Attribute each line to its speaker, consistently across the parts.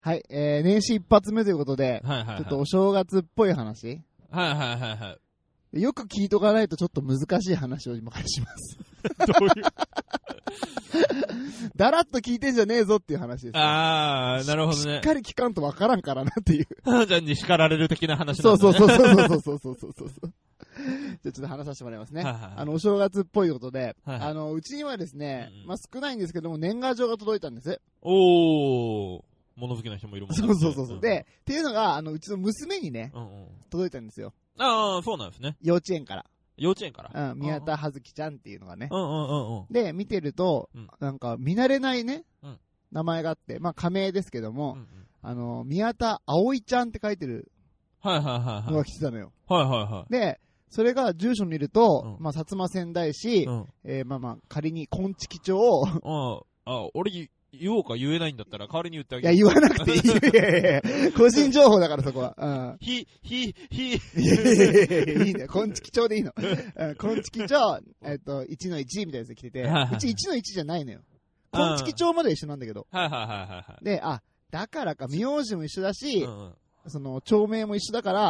Speaker 1: はい、年始一発目ということで、
Speaker 2: はいはいはい、
Speaker 1: ちょっとお正月っぽい話。
Speaker 2: はいはいはいはい。
Speaker 1: よく聞いとかないとちょっと難しい話を今からします。
Speaker 2: どういう
Speaker 1: だらっと聞いてんじゃねえぞっていう話です。
Speaker 2: あー、なるほどね。
Speaker 1: しっかり聞かんとわからんからなっていう。
Speaker 2: 花ちゃんに叱られる的な話なんだね。
Speaker 1: そう。じゃあちょっと話させてもらいますね。
Speaker 2: はいはいはい、
Speaker 1: お正月っぽいことで、
Speaker 2: はいはい、
Speaker 1: うちにはですね、まあ少ないんですけども、年賀状が届いたんです。
Speaker 2: おー。物好きな人もいるもんね。
Speaker 1: そう。で、っていうのが、うちの娘にね、届いたんですよ。
Speaker 2: ああ、そうなんですね。
Speaker 1: 幼稚園から。宮田葉月ちゃんっていうのがね。で、見てると、なんか、見慣れないね、名前があって、まあ、仮名ですけども、宮田葵ちゃんって書いてるのが来てたのよ。で、それが住所にいると、まあ、薩摩川内市、仮に金色町を、
Speaker 2: 俺言おうか言えないんだったら代わりに言ってあげ
Speaker 1: る。いや、言わなくていい。いや個人情報だからそこは。いいね。金色町でいいの。金色町、1の1みたいなやつで来てて、うち1の1じゃないのよ。金色町まで一緒なんだけど。で、だからか、名字も一緒だし、その、町名も一緒だから、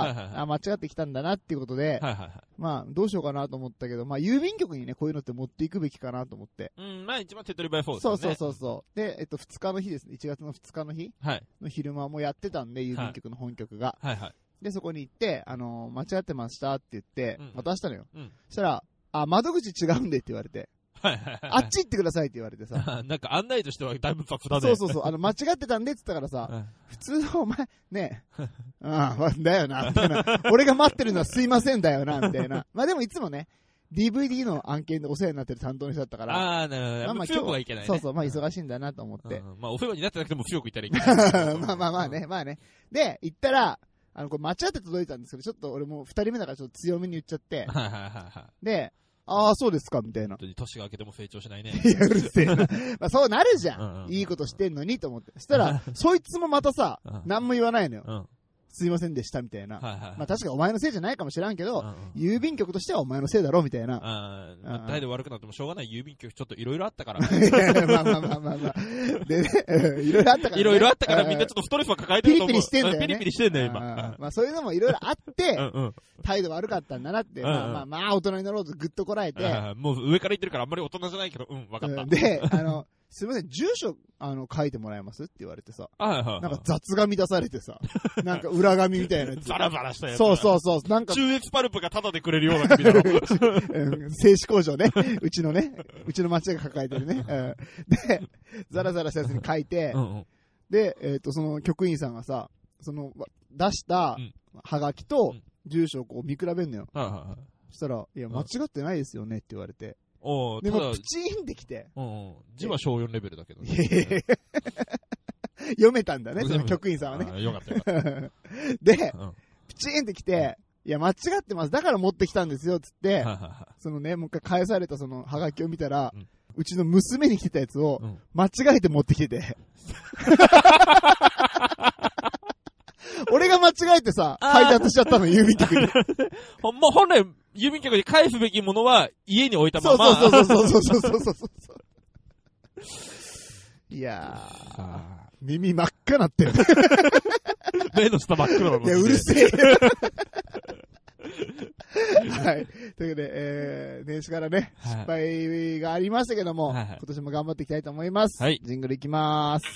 Speaker 1: 間違ってきたんだなっていうことで、まあ、どうしようかなと思ったけど、まあ、郵便局にね、こういうのって持っていくべきかなと思って。
Speaker 2: まあ、一番手っ取り早いそうですね。
Speaker 1: そう。で、2日の日ですね、1月の2日の日の昼間もやってたんで、郵便局の本局が。で、そこに行って、間違ってましたって言って、渡したのよ。そしたら、窓口違うんでって言われて。あっち行ってくださいって言われてさ。
Speaker 2: なんか案内としてはだいぶ雑だね。
Speaker 1: そう。間違ってたんでって言ったからさ、普通のお前、ねだよな、みたいな。俺が待ってるのはすいませんだよな、みたいな。まあでもいつもね、DVD の案件でお世話になってる担当の人だったから。
Speaker 2: なるほど。不欲はいけないね。
Speaker 1: そう、まあ忙しいんだなと思って。
Speaker 2: まあお世話になってなくても不欲いたらいけない。
Speaker 1: まあね。で、行ったら、これ間違って届いたんですけど、ちょっと俺も二人目だからちょっと強めに言っちゃって。で、そうですか、みたいな。
Speaker 2: 年が明けても成長しないね。
Speaker 1: いや、うるせえな。まあ、そうなるじゃん。いいことしてんのにと思って。そしたら、そいつもまたさ、何も言わないのよ。すいませんでした、みたいな。まあ、確かお前のせいじゃないかもしらんけど、郵便局としてはお前のせいだろ、みたいな。
Speaker 2: 態度悪くなってもしょうがない郵便局ちょっといろいろあったから。
Speaker 1: まあ。でね、いろいろあったから。
Speaker 2: いろいろあったからみんなちょっとストレスは抱えてると思う。
Speaker 1: ピリピリしてんだよね。
Speaker 2: ピリピリしてんだよ、今。
Speaker 1: まあ、そういうのもいろいろあって、態度悪かったんだなって。まあ、大人になろうとぐっとこらえて。
Speaker 2: もう上から言ってるからあんまり大人じゃないけど、わかった。
Speaker 1: で、すみません、住所、書いてもらえますって言われてさ。なんか雑紙出されてさ。なんか裏紙みたいなやつ。
Speaker 2: ザラザラしたやつ。
Speaker 1: そう。なんか。
Speaker 2: 中越パルプがタダでくれるような紙だろ。
Speaker 1: 製紙工場ね。うちの町が抱えてるね。で、ザラザラしたやつに書いて、で、その局員さんがさ、その、出したハガキと住所をこう見比べんのよ。そしたら、いや、間違ってないですよねって言われて。でも、プチーンってきて。
Speaker 2: 字は小4レベルだけど
Speaker 1: ね。読めたんだね、その局員さんはね。
Speaker 2: よかった。
Speaker 1: で、プチーンってきて、いや、間違ってます。だから持ってきたんですよ、つって、そのね、もう一回返されたそのハガキを見たら、うちの娘に来てたやつを、間違えて持ってきてて。俺が間違えてさ、配達しちゃったの、郵便局に。
Speaker 2: もう本来、郵便局に返すべきものは家に置いたまま。
Speaker 1: そう。いやー、耳真っ赤なってる。
Speaker 2: 目の下真っ黒だもんね。
Speaker 1: いや、うるせえ。はい。というわけで、年始からね、失敗がありましたけども、今年も頑張っていきたいと思います。ジングルいきまーす。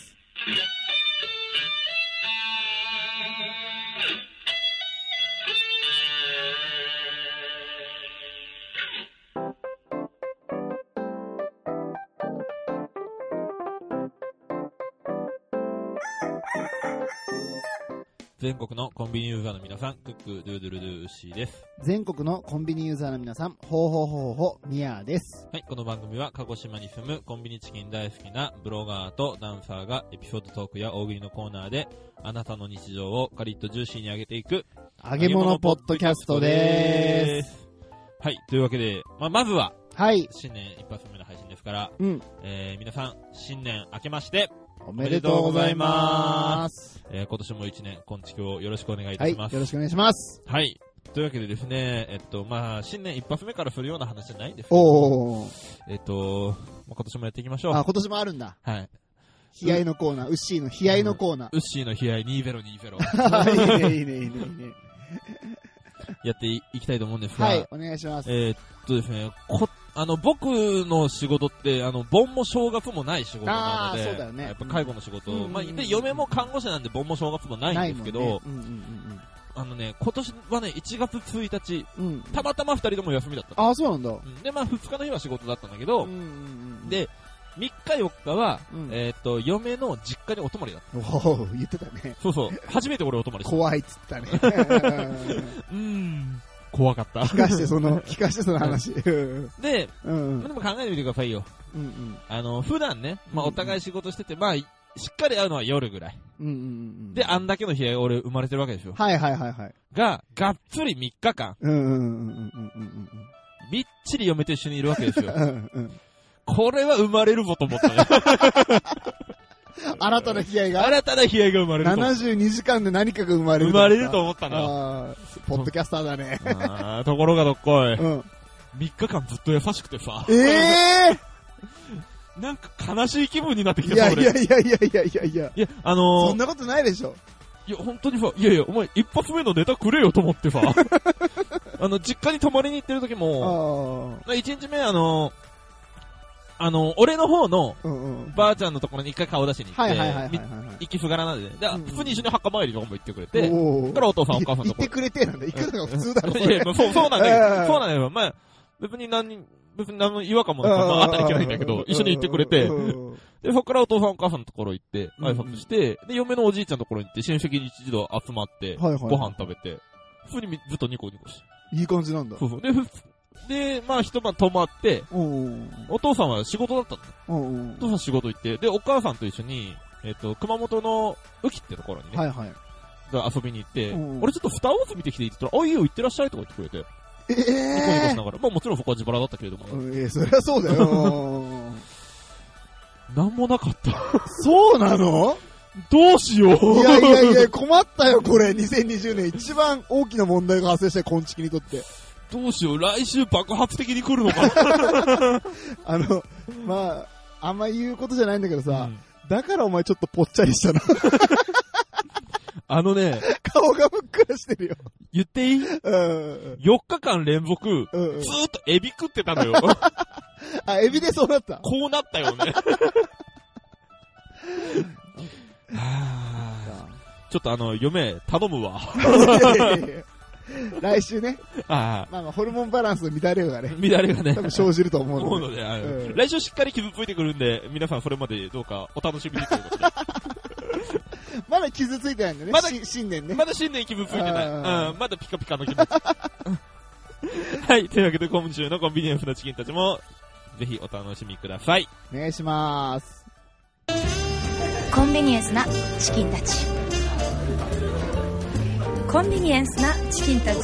Speaker 2: 全国のコンビニユーザーの皆さん、クック、ドゥードゥルドゥーシーです。
Speaker 1: 全国のコンビニユーザーの皆さん、ほう、ミヤです。
Speaker 2: はい、この番組は鹿児島に住むコンビニチキン大好きなブロガーとダンサーがエピソードトークや大喜利のコーナーであなたの日常をカリッとジューシーに上げていく
Speaker 1: 揚げ物ポッドキャストでーす。
Speaker 2: はい、というわけで、まずは、
Speaker 1: はい、
Speaker 2: 新年一発目の配信ですから、皆さん、新年明けまして、
Speaker 1: おめでとうございます。
Speaker 2: 今年も一年、今月をよろしくお願いいたします。
Speaker 1: はい、よろしくお願いします。
Speaker 2: はい。というわけでですね、新年一発目からするような話じゃないんですけど、今年もやっていきましょう。
Speaker 1: 今年もあるんだ。
Speaker 2: はい。
Speaker 1: 悲哀のコーナー、ウッシーの悲哀のコーナー。
Speaker 2: ウッシーの悲哀2020。
Speaker 1: いいね。
Speaker 2: やっていきたいと思うんですが。
Speaker 1: はい、お願いします。
Speaker 2: ですね、僕の仕事って、盆も正月もない仕事なので、
Speaker 1: そうだよね。
Speaker 2: やっぱ介護の仕事、で、嫁も看護師なんで盆も正月もないんですけど、今年はね、1月1日、たまたま2人とも休みだった。
Speaker 1: そうなんだ。
Speaker 2: で、2日の日は仕事だったんだけど、で、3日4日は、嫁の実家にお泊まりだった。
Speaker 1: 言ってたね。
Speaker 2: そう。初めて俺お泊まりした。
Speaker 1: 怖いっつったね。
Speaker 2: 怖かった。
Speaker 1: 聞かしてその話。
Speaker 2: でも考えてみてくださいよ。普段ね、お互い仕事してて、しっかり会うのは夜ぐらい。で、あんだけの日俺生まれてるわけでしょ。
Speaker 1: はい。
Speaker 2: がっつり3日間。みっちり嫁と一緒にいるわけですよ。これは生まれるぞと思ったね。
Speaker 1: 新たな悲哀が
Speaker 2: 生まれる。
Speaker 1: 72時間で何かが生まれる
Speaker 2: と思ったな。
Speaker 1: ポッドキャスターだね。
Speaker 2: ところがどっこい。3日間ずっと優しくてさ。なんか悲しい気分になってきてさ、俺。
Speaker 1: いや、そんなことないでしょ。
Speaker 2: いや、本当にさ、お前、一発目のネタくれよと思ってさ。実家に泊まりに行ってる時も、1日目俺の方の、ばあちゃんのところに一回顔出しに行って、行きすがらなんで、普通に一緒に墓参りとかも行ってくれて、からお父さんお母さんのところ。
Speaker 1: 行ってくれてなんだ、行くのが普通だろ。
Speaker 2: そうなんだよ。別に何の違和感もあったりいけないんだけど、一緒に行ってくれて、で、そこからお父さんお母さんのところ行って、挨拶して、で、嫁のおじいちゃんのところに行って、親戚に一度集まって、ご飯食べて、普通にずっとニコニコして。
Speaker 1: いい感じなんだ。
Speaker 2: そう。で、一晩泊まって、お父さんは仕事だったの。お父さん仕事行って、で、お母さんと一緒に、熊本の宇城ってところにね、遊びに行って、俺ちょっとスターウォーズ見てきていいって言ったら、いいよ行ってらっしゃいとか言ってくれて、ニコニコしながら。もちろんそこは自腹だったけれども。
Speaker 1: そりゃそうだよ。
Speaker 2: なんもなかった。
Speaker 1: そうなの？
Speaker 2: どうしよう。
Speaker 1: いや、困ったよ、これ。2020年一番大きな問題が発生したよ、こんちきにとって。
Speaker 2: どうしよう、来週爆発的に来るのかな。
Speaker 1: あんま言うことじゃないんだけどさ、だからお前ちょっとぽっちゃりしたの。顔がふっくらしてるよ。
Speaker 2: 言っていい？4日間連続、ずーっとエビ食ってたのよ。
Speaker 1: エビでそうなった？
Speaker 2: こうなったよね。ちょっと嫁、頼むわ。
Speaker 1: 来週ね。ホルモンバランスの乱れがね。多分生じると思うの
Speaker 2: で。来週しっかり傷ついてくるんで、皆さんそれまでどうかお楽しみにということで。
Speaker 1: まだ傷ついてないんだね。新年ね。
Speaker 2: まだ新年傷ついてない。まだピカピカの気持ち。はい。というわけで、今週のコンビニエンスなチキンたちも、ぜひお楽しみください。
Speaker 1: お願いします。
Speaker 3: コンビニエンスなチキンたち。コンビニエンスなチキンたち。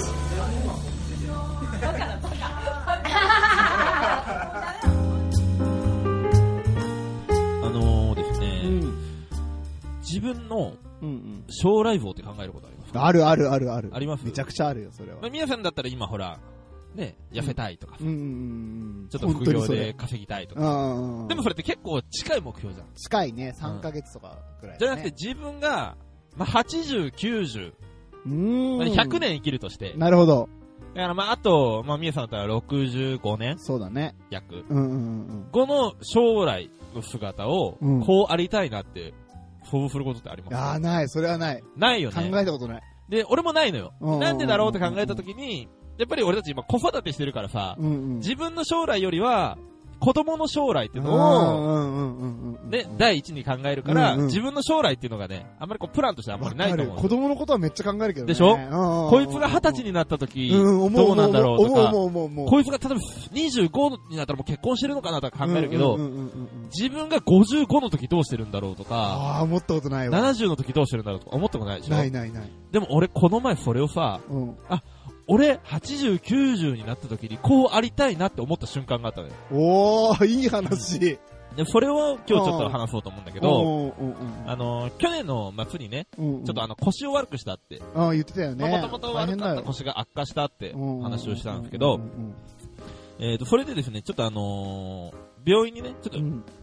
Speaker 2: ですね、自分の将来像って考えることありますか？
Speaker 1: ある。
Speaker 2: あります？
Speaker 1: めちゃくちゃあるよ、それは。
Speaker 2: 皆さんだったら今ほら、ね、痩せたいとかさ、ちょっと副業で稼ぎたいとか。でもそれって結構近い目標じゃん。
Speaker 1: 近いね、3ヶ月とかくらい、ね。
Speaker 2: じゃなくて自分が、80、90、100年生きるとして。
Speaker 1: なるほど。
Speaker 2: だからあと、みやさんだったら65年
Speaker 1: そうだね。
Speaker 2: 約。この将来の姿を、こうありたいなって、想像することってありますか？
Speaker 1: ない。それはない。
Speaker 2: ないよね。
Speaker 1: 考えたことない。
Speaker 2: で、俺もないのよ。なんでだろうって考えたときに、やっぱり俺たち今子育てしてるからさ、自分の将来よりは、子供の将来っていうのを、ね、第一に考えるから、自分の将来っていうのがね、あんまりプランとしてあんまりないと思う。
Speaker 1: 子供のことはめっちゃ考えるけどね。
Speaker 2: でしょ？こいつが20歳になった時、どうなんだろうとか、こいつが例えば25になったらもう結婚してるのかなとか考えるけど、自分が55の時どうしてるんだろうとか、
Speaker 1: 思ったことないわ。
Speaker 2: 70の時どうしてるんだろうとか思ったことないでしょ？
Speaker 1: ない。
Speaker 2: でも俺この前それをさ、俺、80、90になった時に、こうありたいなって思った瞬間があったのよ。
Speaker 1: いい話。
Speaker 2: で、それを今日ちょっと話そうと思うんだけど、去年の末にね、ちょっと腰を悪くしたって。
Speaker 1: 言ってたよね。
Speaker 2: もともと悪かった腰が悪化したって話をしたんですけど、それでですね、ちょっと病院にね、ちょっと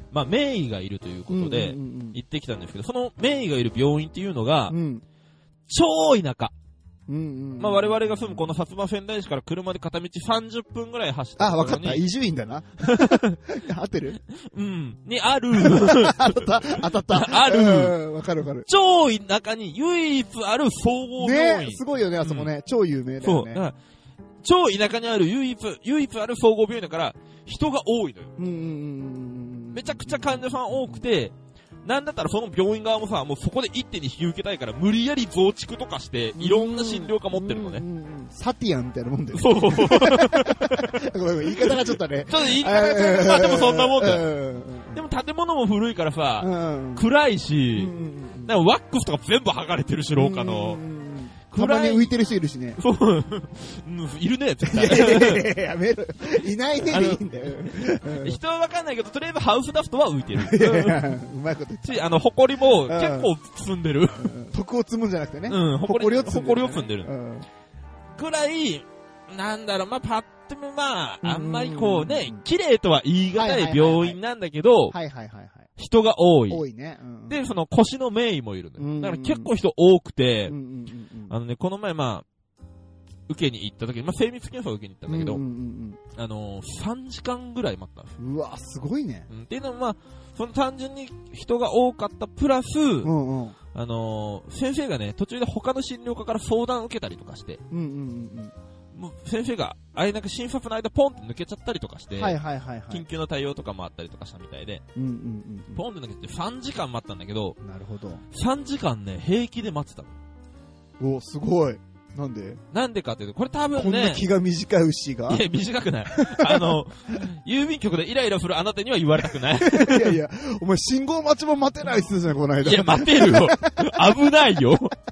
Speaker 2: まあ、名医がいるということで、行ってきたんですけど、その名医がいる病院っていうのが、超田舎。まあ、我々が住むこの薩摩川内市から車で片道30分ぐらい走ったところに。
Speaker 1: あ、わかった。伊集院だな。合ってる？
Speaker 2: にある。
Speaker 1: 当たった。
Speaker 2: ある。
Speaker 1: わかるわかる。
Speaker 2: 超田舎に唯一ある総合病院。
Speaker 1: ね、すごいよね、あそこね。超有名だよね。
Speaker 2: そう。超田舎にある唯一ある総合病院だから、人が多いのよ。めちゃくちゃ患者さん多くて、なんだったらその病院側もさ、もうそこで一手に引き受けたいから、無理やり増築とかして、いろんな診療科持ってるのね。
Speaker 1: サティアンみたいなもんだよね。
Speaker 2: そう。
Speaker 1: ごめん、言い方がちょっとね。
Speaker 2: ちょっと言い方がまあでもそんなもんだよ。でも建物も古いからさ、暗いし、なんかワックスとか全部剥がれてるし、廊下の。
Speaker 1: たまに浮いてる人いるしね。
Speaker 2: そう。いるね、絶対。
Speaker 1: やめろ。いないねでいいんだよ。
Speaker 2: 人はわかんないけど、とりあえずハウスダストは浮いてる。
Speaker 1: うまいこと言って。
Speaker 2: ホコリも結構積んでる。
Speaker 1: 徳を積むんじゃなくてね。
Speaker 2: ホコリを積んでる。くらい、なんだろう、まあ、パッと見、まあ、あんまりこうね、綺麗とは言い難い病院なんだけど、人が多い。
Speaker 1: 多いね。
Speaker 2: で、その腰の名医もいるのよ。だから結構人多くて、この前まあ、受けに行った時に、まあ、精密検査を受けに行ったんだけど、3時間ぐらい待ったんですよ。
Speaker 1: うわ、すごいね。
Speaker 2: っていうのはまあ、その単純に人が多かったプラス、先生がね、途中で他の診療科から相談を受けたりとかして、もう先生があれなんか診察の間ポンって抜けちゃったりとかして、緊急の対応とかもあったりとかしたみたいで、ポンって抜けて3時間待ったんだけど、
Speaker 1: なるほど。
Speaker 2: 3時間ね、平気で待ってた
Speaker 1: の。お、すごい。
Speaker 2: なんでかっていうと、これ多分ね。
Speaker 1: こんな気が短い牛が。
Speaker 2: いや、短くない。郵便局でイライラするあなたには言われたくない。
Speaker 1: いやいや、お前信号待ちも待てないっすね、この間。
Speaker 2: いや、待てるよ。危ないよ。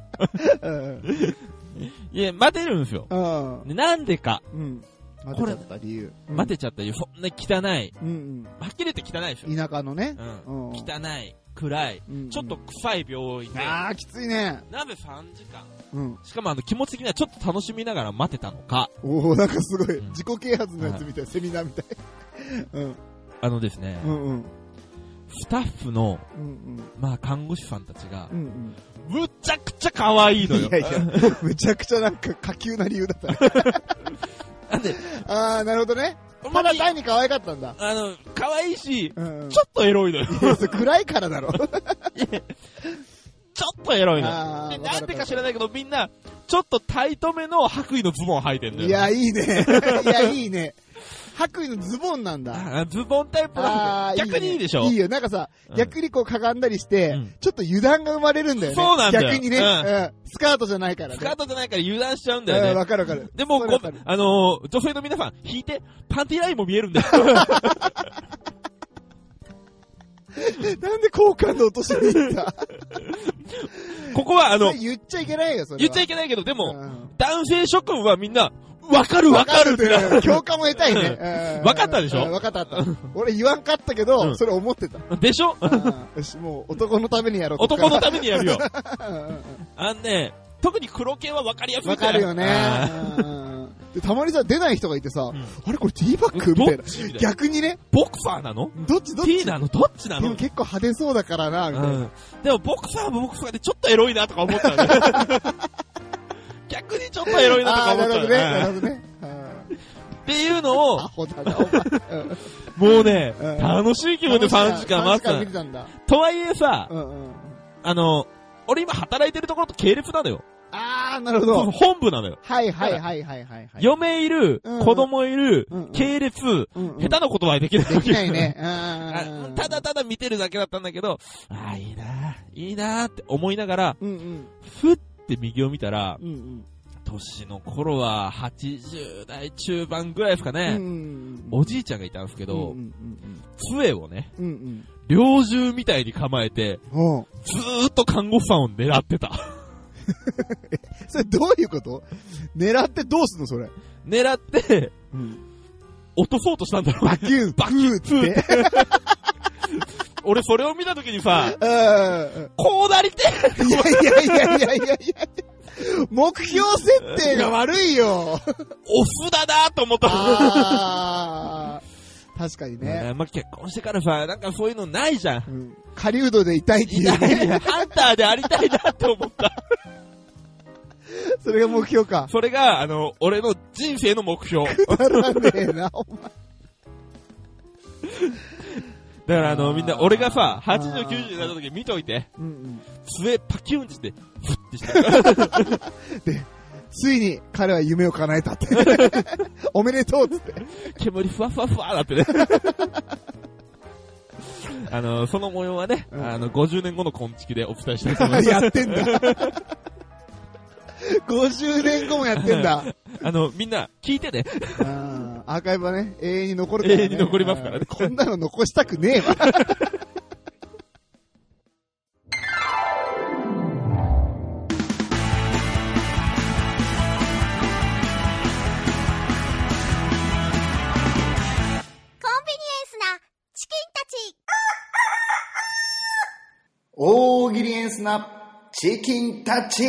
Speaker 2: いや、待てるんですよ。なんでか。
Speaker 1: 待てちゃった理由。
Speaker 2: 待てちゃった理由。そんな汚い。はっきり言って汚いですよ。
Speaker 1: 田舎のね。
Speaker 2: 汚い。暗い。ちょっと臭い病院で。
Speaker 1: あー、きついね。
Speaker 2: なぜ3時間。しかも気持ち的にはちょっと楽しみながら待てたのか。
Speaker 1: おー、なんかすごい。自己啓発のやつみたい。セミナーみたい。
Speaker 2: ですね。スタッフの、まあ、看護師さんたちが、むちゃくちゃ可愛いのよ。
Speaker 1: いやいや、むちゃくちゃなんか下級な理由だったね。
Speaker 2: なんで、
Speaker 1: あー、なるほどね。ただ単に可愛かったんだ。
Speaker 2: 可愛いし、ちょっとエロいのよ。
Speaker 1: 暗いからだろ。
Speaker 2: ちょっとエロいの。で、なんでか知らないけど、みんな、ちょっとタイトめの白衣のズボン履いてんだよ。
Speaker 1: いや、いいね。いや、いいね。白衣のズボンなんだ。
Speaker 2: ズボンタイプだ。逆にいいでしょ？
Speaker 1: いいよ。なんかさ、逆にこうかがんだりして、ちょっと油断が生まれるんだよね。
Speaker 2: そうなんだよ。
Speaker 1: 逆にね。スカートじゃないからね。
Speaker 2: スカートじゃないから油断しちゃうんだよね。
Speaker 1: わかるわかる。
Speaker 2: でも、女性の皆さん、引いて、パンティラインも見えるんだよ。
Speaker 1: なんで好感度落としに行った
Speaker 2: ここは
Speaker 1: 言っちゃいけないよ、それは。
Speaker 2: 言っちゃいけないけど、でも、男性諸君はみんな、わかるって
Speaker 1: 共感も得たいね。
Speaker 2: わかったでしょ？
Speaker 1: わかった。俺言わんかったけど、それ思ってた。
Speaker 2: でしょ？
Speaker 1: よし、もう男のためにやろう。
Speaker 2: 男のためにやるよ。特に黒系はわかりやすい。
Speaker 1: わかるよね。たまにさ、出ない人がいてさ、あれこれティーバッグみたいな。逆にね。
Speaker 2: ボクサーなの？
Speaker 1: どっち
Speaker 2: ティーなの？どっちなの？
Speaker 1: でも結構派手そうだからな、みたいな。
Speaker 2: でもボクサーもボクサーでちょっとエロいなとか思ったよね。逆にちょっとエロいなとか思ったよね。
Speaker 1: なるほどね。
Speaker 2: っていうのを、もうね、楽しい気分で3時間待ってた。とはいえさ、俺今働いてるところと系列なのよ。
Speaker 1: あー、なるほど。
Speaker 2: 本部なのよ。
Speaker 1: はい。
Speaker 2: 嫁いる、子供いる、系列、下手なことはできない。
Speaker 1: できないね。
Speaker 2: ただただ見てるだけだったんだけど、いいなーって思いながら、ふって右を見たら、年の頃は80代中盤ぐらいですかね。おじいちゃんがいたんですけど、杖をね、猟銃みたいに構えて、ずーっと看護婦さんを狙ってた。
Speaker 1: それどういうこと？狙ってどうすんのそれ？
Speaker 2: 狙って、落とそうとしたんだろうね。
Speaker 1: バキューって。
Speaker 2: 俺それを見たときにさ、こうなりて
Speaker 1: いや。目標設定が悪いよ。
Speaker 2: オフだなと思った。
Speaker 1: 確かにね。
Speaker 2: まあ、結婚してからさ、なんかそういうのないじゃん。
Speaker 1: うん。狩人でいたいっていうね。
Speaker 2: ハンターでありたいなって思った。
Speaker 1: それが目標か。
Speaker 2: それが、俺の人生の目標。
Speaker 1: くだらねえな、お前。
Speaker 2: だからみんな、俺がさ、80、90になった時見といて、杖パキュンってして、ふってしてで、
Speaker 1: ついに彼は夢を叶えたって。おめでとうっつって。
Speaker 2: 煙ふわふわふわだってね。その模様はね、50年後の昆虫でお伝えしたいと思います。
Speaker 1: やってんだ。50年後もやってんだ。
Speaker 2: みんな、聞いてね。
Speaker 1: アーカイブはね、永遠に残るからね。
Speaker 2: 永遠に残りますからね。
Speaker 1: こんなの残したくねえわ。大喜利エンスなチキンたち。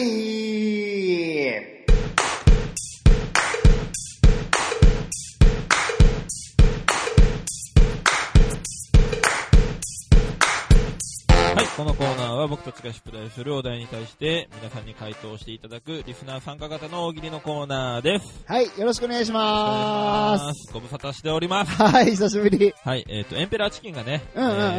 Speaker 2: はい、このコーナーは僕たちが出題するお題に対して皆さんに回答していただくリスナー参加型の大喜利のコーナーです。
Speaker 1: はい、よろしくお願いしまーす。
Speaker 2: ご無沙汰しております。
Speaker 1: はい、久しぶり。
Speaker 2: はい、エンペラーチキンがね、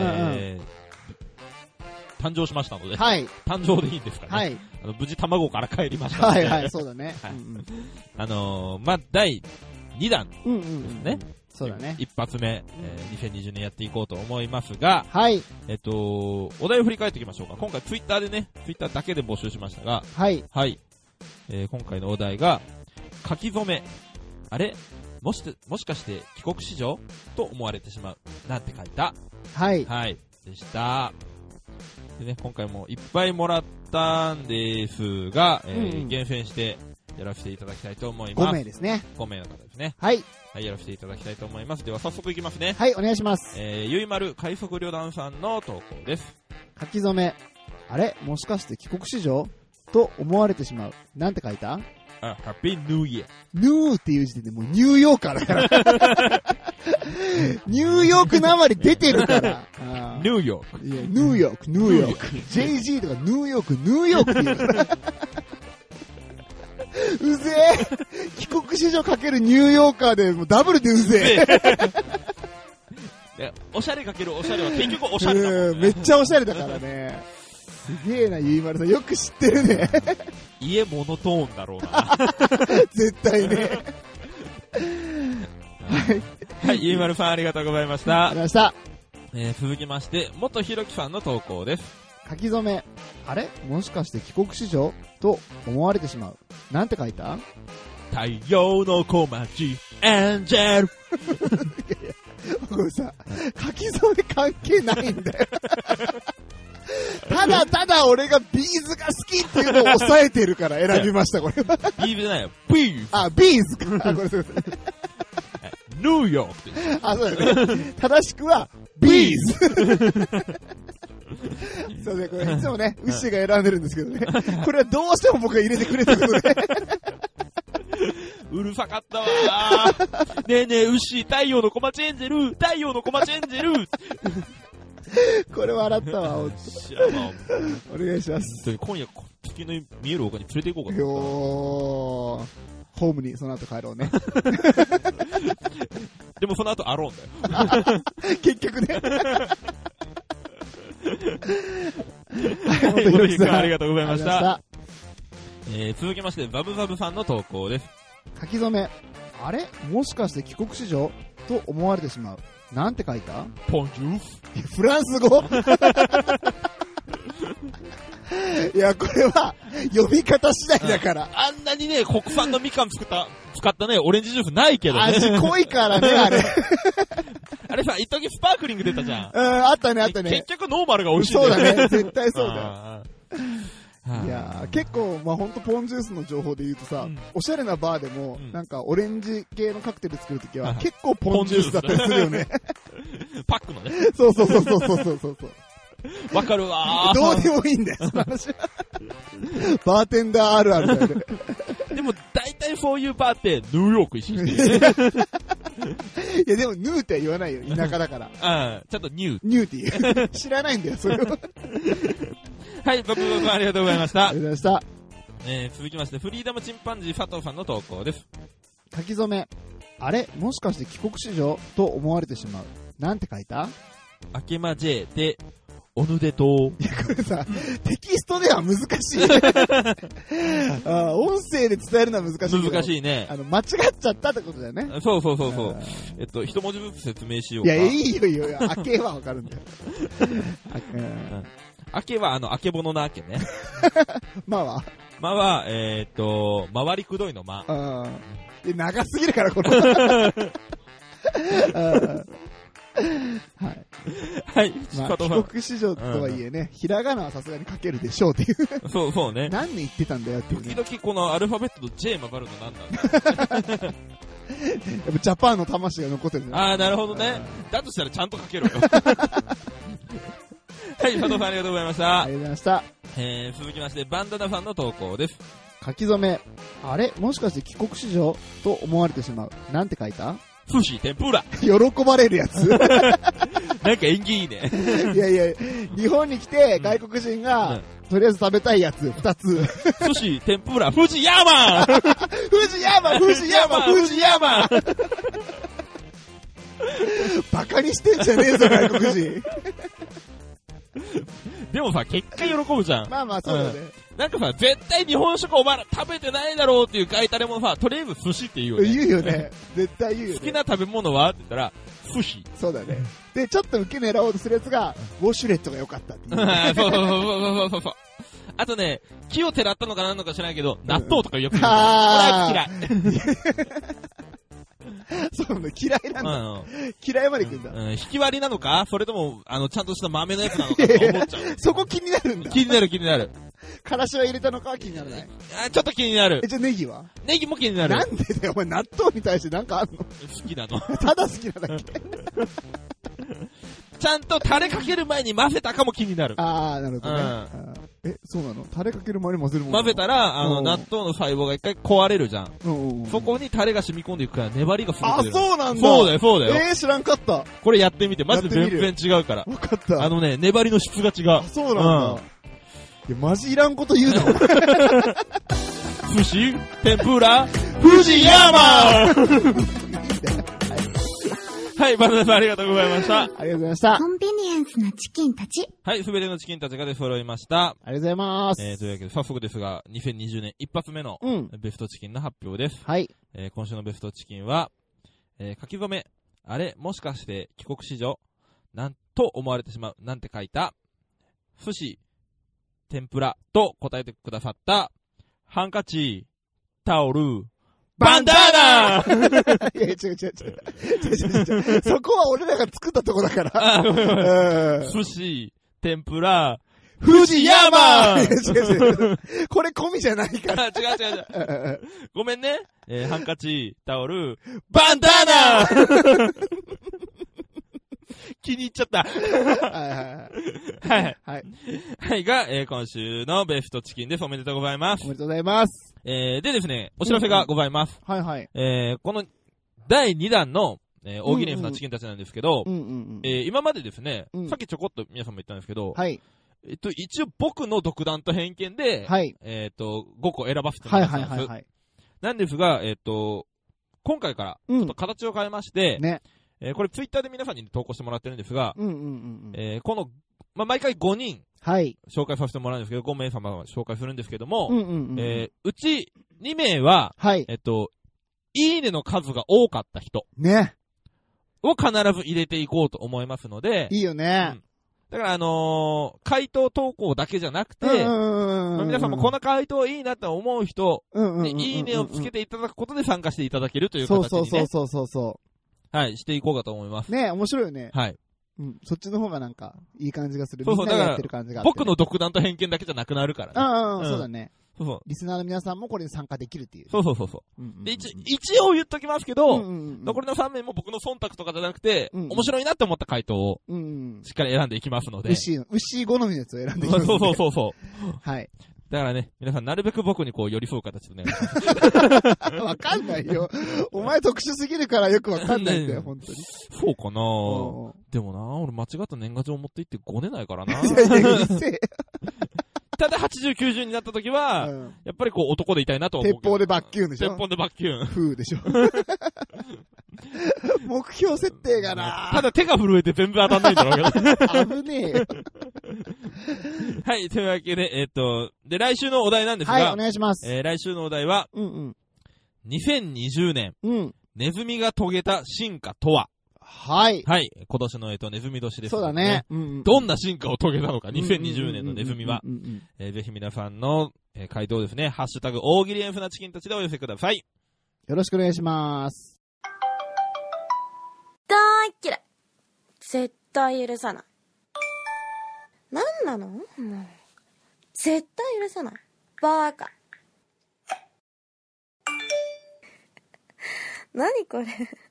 Speaker 2: 誕生しましたので、
Speaker 1: はい、
Speaker 2: 誕生でいいんですかね。
Speaker 1: はい、
Speaker 2: 無事卵から帰りましたので、
Speaker 1: はいはい、そうだね。はい、
Speaker 2: まあ、第2弾ですね。
Speaker 1: そうだね。
Speaker 2: 一発目、2020年やっていこうと思いますが、
Speaker 1: はい。
Speaker 2: お題を振り返っていきましょうか。今回ツイッターでね、ツイッターだけで募集しましたが、
Speaker 1: はい。
Speaker 2: はい。今回のお題が、書き初め。あれもしかして帰国子女と思われてしまう。なんて書いた。
Speaker 1: はい。
Speaker 2: はい。でした。でね、今回もいっぱいもらったんですが、厳選してやらせていただきたいと思います。
Speaker 1: 5名ですね。
Speaker 2: 5名の方ですね。
Speaker 1: はい。
Speaker 2: はい、やらせていただきたいと思います。では早速いきますね。
Speaker 1: はい、お願いします。
Speaker 2: ゆいまる快速旅団さんの投稿です。
Speaker 1: 書き初め。あれもしかして帰国子女と思われてしまう。なんて書いた？
Speaker 2: ハッピーニューイヤー。
Speaker 1: ニューっていう時点でもうニューヨーカーだから。ニューヨークなまり出てるから。
Speaker 2: ニューヨーク。
Speaker 1: いや、ニューヨーク、ニューヨーク。JG とかニューヨーク、ニューヨークって言うから。うぜえ。帰国子女かけるニューヨーカーでもうダブルでうぜ
Speaker 2: え。おしゃれかけるおしゃれは結局おしゃれだもんね。
Speaker 1: めっちゃおしゃれだからね。すげえな、ゆいまるさん。よく知ってるね。
Speaker 2: 家モノトーンだろうな。
Speaker 1: 絶対ね。はい。
Speaker 2: はい、ゆいまるさんありがとうございました。
Speaker 1: ありがとうござい
Speaker 2: ました。続きまして、元ひろきさんの投稿です。
Speaker 1: 書き初め。あれもしかして帰国子女と思われてしまう。なんて書いた？
Speaker 2: 太陽の小町、エンジェル。
Speaker 1: これさ、書き初め関係ないんだよ。ただただ俺がビーズが好きっていうのを抑えてるから選びました、これは。
Speaker 2: ビーズじゃないよ。ビーズ。
Speaker 1: あ、ビーズか。これそうです。
Speaker 2: ニューヨークって。
Speaker 1: あ、そうだね。正しくは、ビーズ。そうね、これいつもね、ウッシーが選んでるんですけどね。これはどうしても僕が入れてくれということで。
Speaker 2: うるさかったわー。ねえねえ、ウッシー、太陽の小町エンジェル、太陽の小町エンジェル。
Speaker 1: これ笑ったわ、
Speaker 2: 知らんわ。
Speaker 1: お願いします。
Speaker 2: 今夜、月の見える丘に連れて行こうかな。
Speaker 1: ホームにその後帰ろうね。
Speaker 2: でもその後アローンだよ。結
Speaker 1: 局ね。
Speaker 2: はい、ひろきさんありがとうございました。続きまして、バブバブさんの投稿です。
Speaker 1: 書き初め。あれもしかして帰国子女と思われてしまう。なんて書いた？
Speaker 2: ポンジュース。
Speaker 1: フランス語。いや、これは読み方次第だから。
Speaker 2: あんなにね、国産のみかん使ったね、オレンジジュースないけどね。
Speaker 1: 味濃いからね、あれ。
Speaker 2: あれさ、一時スパークリング出たじゃん。
Speaker 1: あったね、あったね。
Speaker 2: 結局ノーマルが美味しいんだよ。
Speaker 1: そうだね、絶対そうだよ。いやー、結構、まあ、ほんとポンジュースの情報で言うとさ、おしゃれなバーでも、なんかオレンジ系のカクテル作るときは、結構ポンジュースだったりするよね。
Speaker 2: パックのね。
Speaker 1: そう。
Speaker 2: わかるわー。
Speaker 1: どうでもいいんだよ、その話は。バーテンダーあるあるだよね。
Speaker 2: でも、大体そういうバーって、ニューヨーク意識してるね。
Speaker 1: いやでも、ヌーっては言わないよ。田舎だから。
Speaker 2: ああ、ちゃんとニュー。
Speaker 1: ニューって言う。知らないんだよ、それを。
Speaker 2: はい、僕ありがとうございました。
Speaker 1: ありがとうございました。
Speaker 2: 続きまして、フリーダムチンパンジー佐藤さんの投稿です。
Speaker 1: 書き初め。あれもしかして帰国子女と思われてしまう。なんて書いた？
Speaker 2: あけま J で、おぬでと。
Speaker 1: いや、これさ、テキストでは難しい。音声で伝えるのは難しい。
Speaker 2: 難しいね。
Speaker 1: 間違っちゃったってことだよね。
Speaker 2: そう。一文字ずつ説明しようか。
Speaker 1: いや、いいよ。あけはわかるんだよ。
Speaker 2: あけは、あけぼののあけね。
Speaker 1: まは
Speaker 2: 回りくどいのま。
Speaker 1: 長すぎるから、この。はい。帰国子女とはいえね、ひらがなはさすがに書けるでしょうっていう。
Speaker 2: そうね。
Speaker 1: 何年言ってたんだよっていう、ね。
Speaker 2: 時々このアルファベットと J 曲がるのなんだ
Speaker 1: やっぱジャパンの魂が残ってるね。
Speaker 2: ああ、なるほどね。だとしたらちゃんと書けろよ。はい、佐藤さんありがとうございました。
Speaker 1: ありがとうございました。
Speaker 2: 続きまして、バンダナさんの投稿です。
Speaker 1: 書き初め。あれもしかして帰国子女と思われてしまう。なんて書いた？
Speaker 2: 寿司、天ぷら。
Speaker 1: 喜ばれるやつ。
Speaker 2: なんか縁起いいね。
Speaker 1: いや、日本に来て外国人が、とりあえず食べたいやつ、2つ。
Speaker 2: 寿司、天ぷら、富士山
Speaker 1: 富士山バカにしてんじゃねえぞ、外国人。
Speaker 2: でもさ、結果喜ぶじゃん。
Speaker 1: まあ、そうだね。
Speaker 2: なんかさ、絶対日本食お前ら食べてないだろうっていうガイタレもさ、とりあえず寿司って言うよね。
Speaker 1: 言うよね。絶対言うよね。
Speaker 2: 好きな食べ物はって言ったら、寿司。
Speaker 1: そうだね。で、ちょっと受け狙おうとするやつが、ウォシュレットが良かったっていう。
Speaker 2: そう。あとね、木をてらったのかなんのか知らないけど、納豆とかよく言う。
Speaker 1: 嫌い。そうなんだ、嫌いなんだ。嫌いまで行くんだ。
Speaker 2: 引き割りなのかそれとも、ちゃんとした豆のやつなのかと思っちゃう。
Speaker 1: そこ気になるんだ。
Speaker 2: 気になる。
Speaker 1: からしは入れたのかは気にならない。
Speaker 2: ちょっと気になる。
Speaker 1: じゃあネギは？
Speaker 2: ネギも気になる。
Speaker 1: なんでだよ、お前納豆に対してなんかあんの？
Speaker 2: 好きなの。
Speaker 1: ただ好きなだけ。
Speaker 2: ちゃんとタレかける前に混ぜたかも気になる。
Speaker 1: あー、なるほどね。そうなの？タレかける前に混ぜるもん。
Speaker 2: 混ぜたら、納豆の細胞が一回壊れるじゃん。そこにタレが染み込んでいくから粘りがすごく出る。
Speaker 1: そうなんだ。
Speaker 2: そうだよ。
Speaker 1: 知らんかった。
Speaker 2: これやってみて、マジで全然違うから。
Speaker 1: わかった。
Speaker 2: 粘りの質が違う。
Speaker 1: そうなんだ。いや、マジいらんこと言うな、
Speaker 2: 寿司、天ぷら、富士山はい、バナナさんありがとうございました。
Speaker 1: ありがとうございました。
Speaker 3: コンビニエンスなチキンたち。
Speaker 2: はい、すべてのチキンたちが出揃いました。
Speaker 1: ありがとうございます。
Speaker 2: というわけで、早速ですが、2020年一発目のベストチキンの発表です。
Speaker 1: はい。
Speaker 2: 今週のベストチキンは、書き初め、あれ、もしかして帰国子女なんと思われてしまう。なんて書いた、寿司、天ぷらと答えてくださった、ハンカチ、タオル、バンダーナ
Speaker 1: いや、違う。そこは俺らが作ったとこだから。
Speaker 2: 寿司、天ぷら、富士山
Speaker 1: 違う。これ込みじゃないから。
Speaker 2: 違う。ごめんね。ハンカチ、タオル、バンダーナ気に入っちゃった。はい。が、今週のベストチキンです。おめでとうございます。
Speaker 1: おめでとうございます。
Speaker 2: でですね、お知らせがございます。
Speaker 1: はいはい。
Speaker 2: この第2弾の、大喜利なチキンたちなんですけど、今までですね、さっきちょこっと皆さんも言ったんですけど、
Speaker 1: はい。
Speaker 2: 一応僕の独断と偏見で、
Speaker 1: はい。
Speaker 2: 5個選ばせてもらったんです。なんですが、今回からちょっと形を変えまして、
Speaker 1: ね。
Speaker 2: これツイッターで皆さんに投稿してもらってるんですが、この、毎回5人、紹介させてもらうんですけど、5名様紹介するんですけども、うち2名は、いいねの数が多かった人。
Speaker 1: ね。
Speaker 2: を必ず入れていこうと思いますので、
Speaker 1: いいよね。
Speaker 2: だから回答投稿だけじゃなくて、皆さんもこの回答いいなと思う人にいいねをつけていただくことで参加していただけるという形にね。
Speaker 1: そう。はい、
Speaker 2: していこうかと思います。
Speaker 1: ね、面白いよね。
Speaker 2: はい。
Speaker 1: そっちの方がなんか、いい感じがする。
Speaker 2: そう、
Speaker 1: みんながやってる感じがあって、
Speaker 2: 僕の独断と偏見だけじゃなくなるから
Speaker 1: ね。そうだね。リスナーの皆さんもこれに参加できるっていう。
Speaker 2: そう。で、一応言っときますけど、残りの3名も僕の忖度とかじゃなくて、面白いなって思った回答を、しっかり選んでいきますので。
Speaker 1: 牛好みのやつを選んでいきます。
Speaker 2: そう。
Speaker 1: はい。
Speaker 2: だからね、皆さんなるべく僕にこう寄り添う形でね。
Speaker 1: わかんないよ。お前特殊すぎるからよくわかんないんだよ、本当に。
Speaker 2: そうかなでもな、俺間違った年賀状持って行ってごねないからな。
Speaker 1: いやいや、うるせえ。
Speaker 2: ただ80、90になった時は、やっぱりこう男でいたいなと思う。
Speaker 1: 鉄砲でバッキューンでしょ。
Speaker 2: 鉄砲でバッキューン。
Speaker 1: 風でしょ。目標設定がな。
Speaker 2: ただ手が震えて全部当たんないんだろうけ
Speaker 1: ど。危ねえよ。
Speaker 2: はい、というわけで、で、来週のお題なんですが。
Speaker 1: はい、お願いします。
Speaker 2: 来週のお題は、2020年、ネズミが遂げた進化とは。
Speaker 1: はい。
Speaker 2: はい。今年のネズミ年です、ね。
Speaker 1: そうだね。
Speaker 2: どんな進化を遂げたのか、2020年のネズミは。ぜひ皆さんの、回答ですね。ハッシュタグ、大喜利エンフなチキンたちでお寄せください。
Speaker 1: よろしくお願いします。
Speaker 4: 大嫌い。絶対許さない。なんなの？もう。絶対許さない。バーカ。何これ。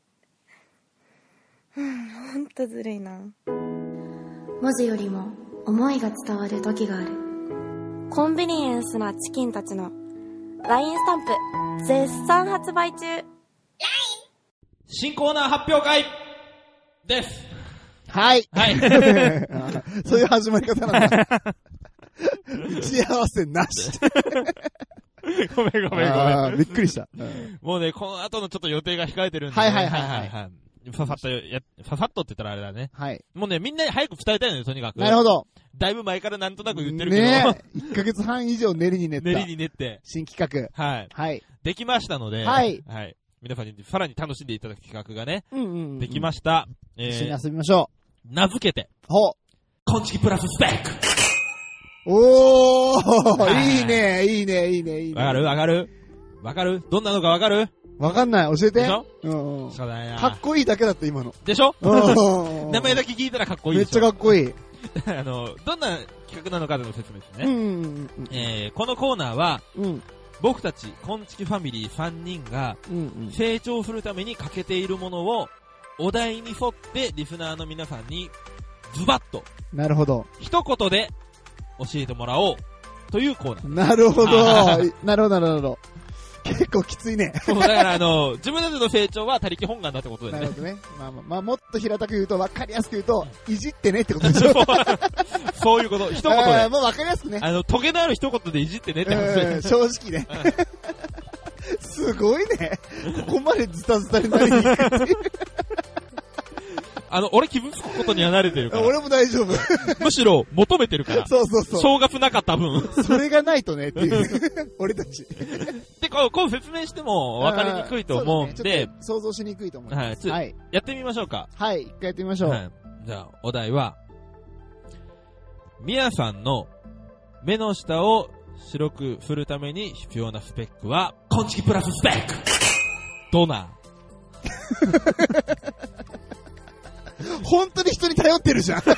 Speaker 4: ほんとずるいな。
Speaker 3: 文字よりも思いが伝わる時がある。
Speaker 4: コンビニエンスなチキンたちの LINE スタンプ絶賛発売中。
Speaker 2: 新コーナー発表会です。
Speaker 1: はい。
Speaker 2: はい。
Speaker 1: そういう始まり方なんだ。打ち合わせなし。
Speaker 2: ごめん。
Speaker 1: びっくりした。
Speaker 2: もうね、この後のちょっと予定が控えてるんで、
Speaker 1: ね。はい。
Speaker 2: ファファッとって言ったらあれだね。
Speaker 1: はい。
Speaker 2: もうね、みんなに早く伝えたいのよ、とにかく。
Speaker 1: なるほど。
Speaker 2: だいぶ前からなんとなく言ってるけど。
Speaker 1: ねえ。1ヶ月半以上練りに練った。
Speaker 2: 練りに練って。
Speaker 1: 新企
Speaker 2: 画。はい。
Speaker 1: はい。
Speaker 2: できましたので。
Speaker 1: はい。
Speaker 2: はい。皆さんにさらに楽しんでいただく企画がね。できました。
Speaker 1: 一緒に遊びましょ
Speaker 2: う。名付けて。
Speaker 1: ほう。
Speaker 2: コンチキプラススペック。
Speaker 1: おー、いいね。
Speaker 2: わかるどんなのかわかる
Speaker 1: わかんない。教えて。
Speaker 2: でしょ
Speaker 1: そうだよ。かっこいいだけだった今の。
Speaker 2: でしょ名前だけ聞いたらかっこいい
Speaker 1: でしょ。めっちゃかっこいい。
Speaker 2: どんな企画なのかでの説明ですね。このコーナーは、僕たち、コンチキファミリー3人が、成長するために欠けているものを、お題に沿ってリスナーの皆さんに、ズバッと。
Speaker 1: なるほど。
Speaker 2: 一言で教えてもらおう。というコーナー。
Speaker 1: なるほど。なるほど。結構きついね。
Speaker 2: そう、だから自分たちの成長は他力本願だってことだよね。
Speaker 1: なるほどね。まあ、もっと平たく言うと、わかりやすく言うと、いじってねってことでしょ。
Speaker 2: そういうこと。一言で。
Speaker 1: もうわかりやすくね。
Speaker 2: トゲのある一言でいじってねって話。
Speaker 1: 正直ね。すごいね。ここまでズタズタになりにくいっていう。
Speaker 2: 俺気分つくことには慣れてるから。
Speaker 1: 俺も大丈夫。
Speaker 2: むしろ求めてるから。
Speaker 1: そう。
Speaker 2: 正月なかった分。
Speaker 1: それがないとねっていう。俺たち。
Speaker 2: で、こう説明しても分かりにくいと思うんで。
Speaker 1: 想像しにくいと思います。
Speaker 2: はい。やってみましょうか。
Speaker 1: はい。一回やってみましょう。
Speaker 2: じゃあ、お題は、みやさんの目の下を白く振るために必要なスペックは、コンチキプラススペックドナー。
Speaker 1: 本当に人に頼ってるじゃん。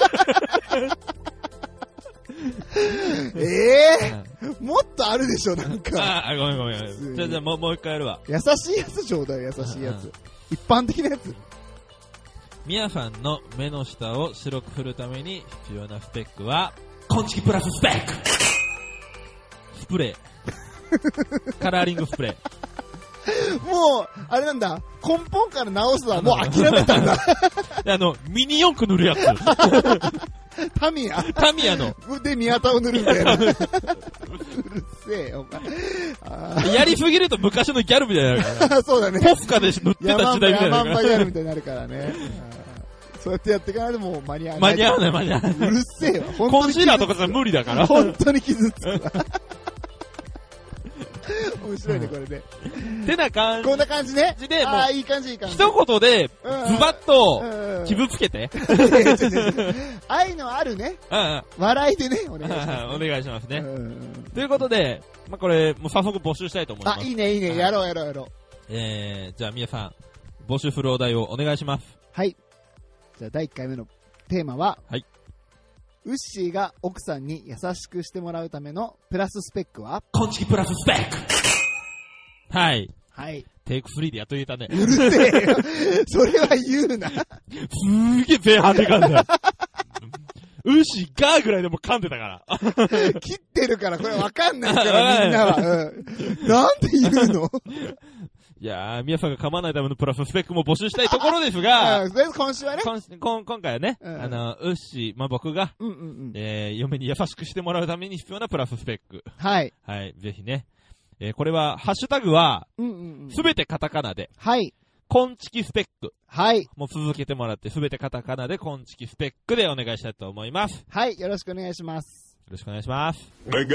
Speaker 1: もっとあるでしょ、なんか。
Speaker 2: ごめん。じゃあもう一回やるわ。
Speaker 1: 優しいやつちょうだい、優しいやつ。一般的なやつ。
Speaker 2: みやさんの目の下を白く振るために必要なスペックは、コンチキプラススペックスプレー。カラーリングスプレー。
Speaker 1: もう、あれなんだ、根本から直すのはもう諦めたんだ。
Speaker 2: ミニ四駆塗るやつ。
Speaker 1: タミヤ
Speaker 2: の。
Speaker 1: で、宮田を塗るみたいな。うるせえよ、お
Speaker 2: 前。やりすぎると昔のギャルみたいになるから。
Speaker 1: そうだね。
Speaker 2: ポスカで塗ってた時代みたいな。
Speaker 1: ヤマンバギャルみたいになるからね。そうやってやっていかないともう間に合わない。
Speaker 2: 間に合わない。
Speaker 1: うるせえよ。
Speaker 2: コンシーラーとかじゃ無理だから。
Speaker 1: 本当に傷つくわ。面白いね、これで。
Speaker 2: てな感じ。
Speaker 1: こんな感じね。いい感じ。
Speaker 2: 一言で、ズバッと、傷つけて。
Speaker 1: 愛のあるね。笑いでね、お願いします。
Speaker 2: お願いしますね。ということで、これ、もう早速募集したいと思います。
Speaker 1: いいね。やろう。
Speaker 2: じゃあ、みやさん、募集するお題をお願いします。
Speaker 1: はい。じゃあ、第1回目のテーマは、
Speaker 2: はい。
Speaker 1: ウッシーが奥さんに優しくしてもらうためのプラススペックは
Speaker 2: コンチキプラススペックはい。テイク3でやっと言えたね。
Speaker 1: うるせえよ。それは言うな。
Speaker 2: すーげえ前半でかんだよ。 ウッシーガーぐらいでも噛んでたから。
Speaker 1: 切ってるからこれわかんないからみんなは。なんて言うの
Speaker 2: いやー、皆さんが噛まないためのプラススペックも募集したいところですが、
Speaker 1: 今週はね。
Speaker 2: 今回はね、ウッシー、僕が、嫁に優しくしてもらうために必要なプラススペック。
Speaker 1: はい。
Speaker 2: はい、ぜひね。これは、ハッシュタグは、すべてカタカナで。
Speaker 1: はい。
Speaker 2: コンチキスペック。
Speaker 1: はい。
Speaker 2: もう続けてもらって、すべてカタカナでコンチキスペックでお願いしたいと思います。
Speaker 1: はい、よろしくお願いします。
Speaker 2: よろしくお願いします。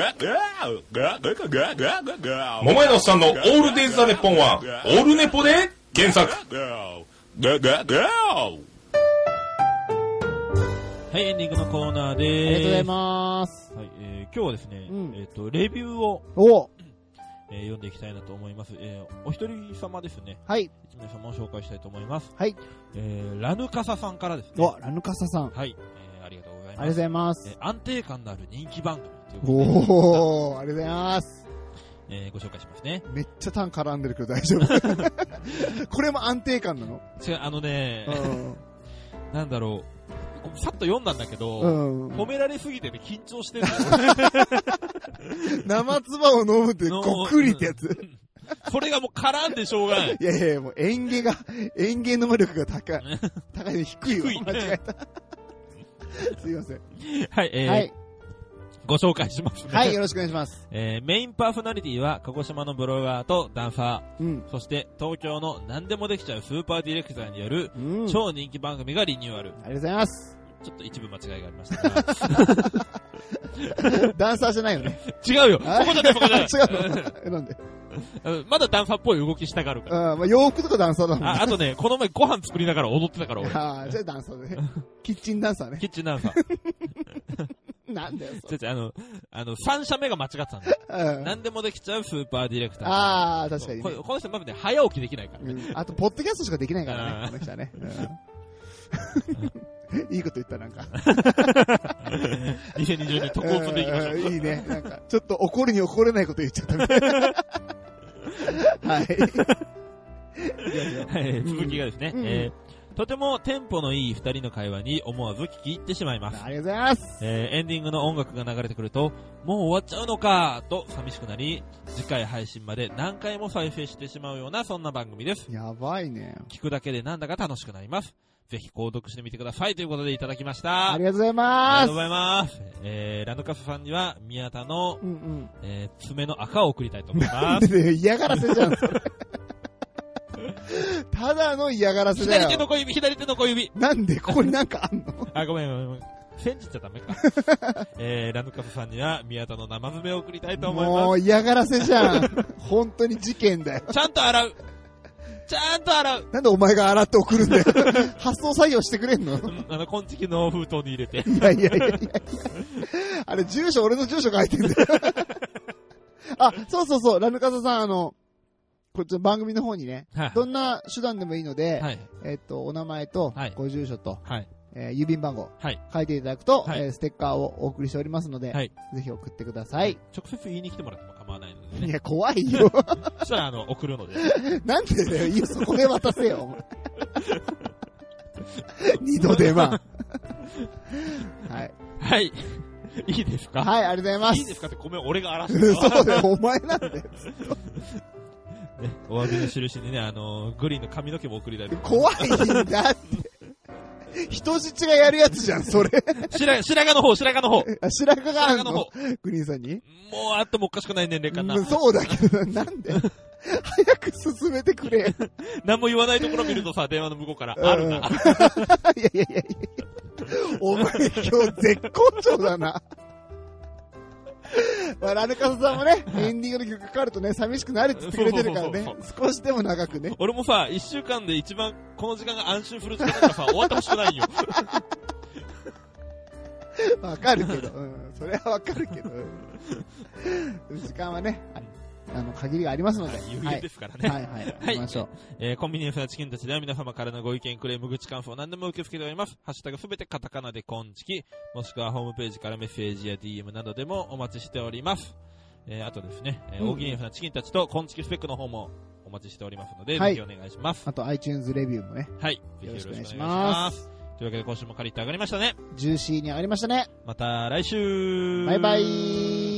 Speaker 5: 桃屋のおっさんのオールデイズ・ザ・ネッポンは、オールネポで検索。
Speaker 2: はい、エンディングのコーナーでーす。
Speaker 1: ありがとうございます。
Speaker 2: はい、今日はですね、レビューを、読んでいきたいなと思います。お一人様ですね。
Speaker 1: はい。
Speaker 2: 一名様を紹介したいと思います。
Speaker 1: はい。
Speaker 2: ラヌカサさんからですね。
Speaker 1: ラヌカサさん。
Speaker 2: はい。ありがとうございます。
Speaker 1: ありがとうございます。
Speaker 2: 安定感のある人気番組ということで。
Speaker 1: ありがとうございます。
Speaker 2: ご紹介しますね。
Speaker 1: めっちゃタン絡んでるけど大丈夫これも安定感なの？
Speaker 2: 違う、なんだろう。さっと読んだんだけど、褒められすぎてて緊張してる
Speaker 1: 生唾を飲むってごっくりってやつ。
Speaker 2: それがもう絡んでしょうがない。
Speaker 1: いやいや、もう演芸能力が高い。高いの低いわ。間違えた。すいません。
Speaker 2: はい、はい。ご紹介しますね。
Speaker 1: はい、よろしくお願いします。
Speaker 2: メインパーソナリティは、鹿児島のブロガーとダンサー、そして東京の何でもできちゃうスーパーディレクターによる、超人気番組がリニューアル。
Speaker 1: ありがとうございます。
Speaker 2: ちょっと一部間違いがありました
Speaker 1: が。ダンサーじゃないよね。
Speaker 2: 違うよ。そこじゃない、そこじゃない。
Speaker 1: 違うのなんで
Speaker 2: まだダンサーっぽい動きしたがるから。
Speaker 1: まあ、洋服とかダンサーだもんね。
Speaker 2: あとね、この前ご飯作りながら踊ってたから俺。
Speaker 1: じゃあダンサーでね。キッチンダンサーね。
Speaker 2: キッチンダンサー。
Speaker 1: なんだよ、それ。
Speaker 2: 3社目が間違ってたんだよ。何でもできちゃうスーパーディレクタ
Speaker 1: ー。確かに、
Speaker 2: ね。この人まずね、早起きできないからね。
Speaker 1: あと、ポッドキャストしかできないからね、この人はね。いいこと言った、なんか。
Speaker 2: 2020年特攻でいきましょう。
Speaker 1: いいね。なんか、ちょっと怒るに怒れないこと言っちゃったみたいな。はい。
Speaker 2: 続きがですね、とてもテンポのいい二人の会話に思わず聞き入ってしまいます。
Speaker 1: ありがとうございます。
Speaker 2: エンディングの音楽が流れてくると、もう終わっちゃうのかと寂しくなり、次回配信まで何回も再生してしまうようなそんな番組です。
Speaker 1: やばいね。
Speaker 2: 聞くだけでなんだか楽しくなります。ぜひ購読してみてくださいということでいただきました。
Speaker 1: ありがとうございます。
Speaker 2: ありがとうございます。ラヌカスさんには宮田の、爪の赤を送りたいと思います。
Speaker 1: 嫌がらせじゃん、それ。ただの嫌がらせだよ。
Speaker 2: 左手の小指。
Speaker 1: なんでここになんかあんの？
Speaker 2: ごめん。煎じちゃダメか。ラヌカスさんには宮田の生爪を送りたいと思います。
Speaker 1: もう嫌がらせじゃん。本当に事件だよ。
Speaker 2: ちゃんと洗う。
Speaker 1: なんでお前が洗って送るんだよ。発送作業してくれんの？
Speaker 2: 今月の封筒に入れて。
Speaker 1: いや。あれ、俺の住所書いてんだよ。そう。ラヌカサさん、こっちの番組の方にね、どんな手段でもいいので、お名前と、ご住所と、郵便番号、書いていただくと、ステッカーをお送りしておりますので、ぜひ送ってください。
Speaker 2: 直接言いに来てもらっても構わないのでね。
Speaker 1: いや、怖いよ。
Speaker 2: そしたら、送るので。
Speaker 1: なんでだよ、いいよ、そこで渡せよ。二度手間。
Speaker 2: はい。いいですか？
Speaker 1: はい、ありがとうございます。
Speaker 2: いいですかってごめん、俺が荒らしてる。
Speaker 1: そうだよ、お前なんだよ。
Speaker 2: お詫びの印にね、グリーンの髪の毛も送りたいと思
Speaker 1: います。怖いんだって。人質がやるやつじゃん、それ。
Speaker 2: 白髪の方。
Speaker 1: 白髪があるの？グリーンさんに？
Speaker 2: もうあってもおかしくない年齢かな。
Speaker 1: そうだけど、なんで早く進めてくれ。
Speaker 2: 何も言わないところ見るとさ、電話の向こうから、あるな。い
Speaker 1: や。お前今日絶好調だな。まあ、ラヌカサさんもね、エンディングの曲かかるとね、寂しくなるって言ってくれてるからね、少しでも長くね。
Speaker 2: 俺もさ、1週間で一番この時間が安心する時間だからさ、終わってほしくないよ。
Speaker 1: わかるけど、それはわかるけど、時間はね、限りがありますので。
Speaker 2: 有限ですからね。
Speaker 1: 行きましょ
Speaker 2: う。コンビニエンスなチキンたちでは皆様からのご意見、クレーム、愚痴、感想何でも受け付けております。ハッシュタグすべてカタカナでコンチキ、もしくはホームページからメッセージや DM などでもお待ちしております。あとですね、大喜利エンスなチキンたちとコンチキスペックの方もお待ちしておりますので、ぜひお願いします。
Speaker 1: あと iTunes レビューもね。
Speaker 2: はい。ぜひよろしくお願いします。 というわけで今週もカリッと上がりましたね。
Speaker 1: ジューシーに上がりましたね。
Speaker 2: また来週。
Speaker 1: バイバイ。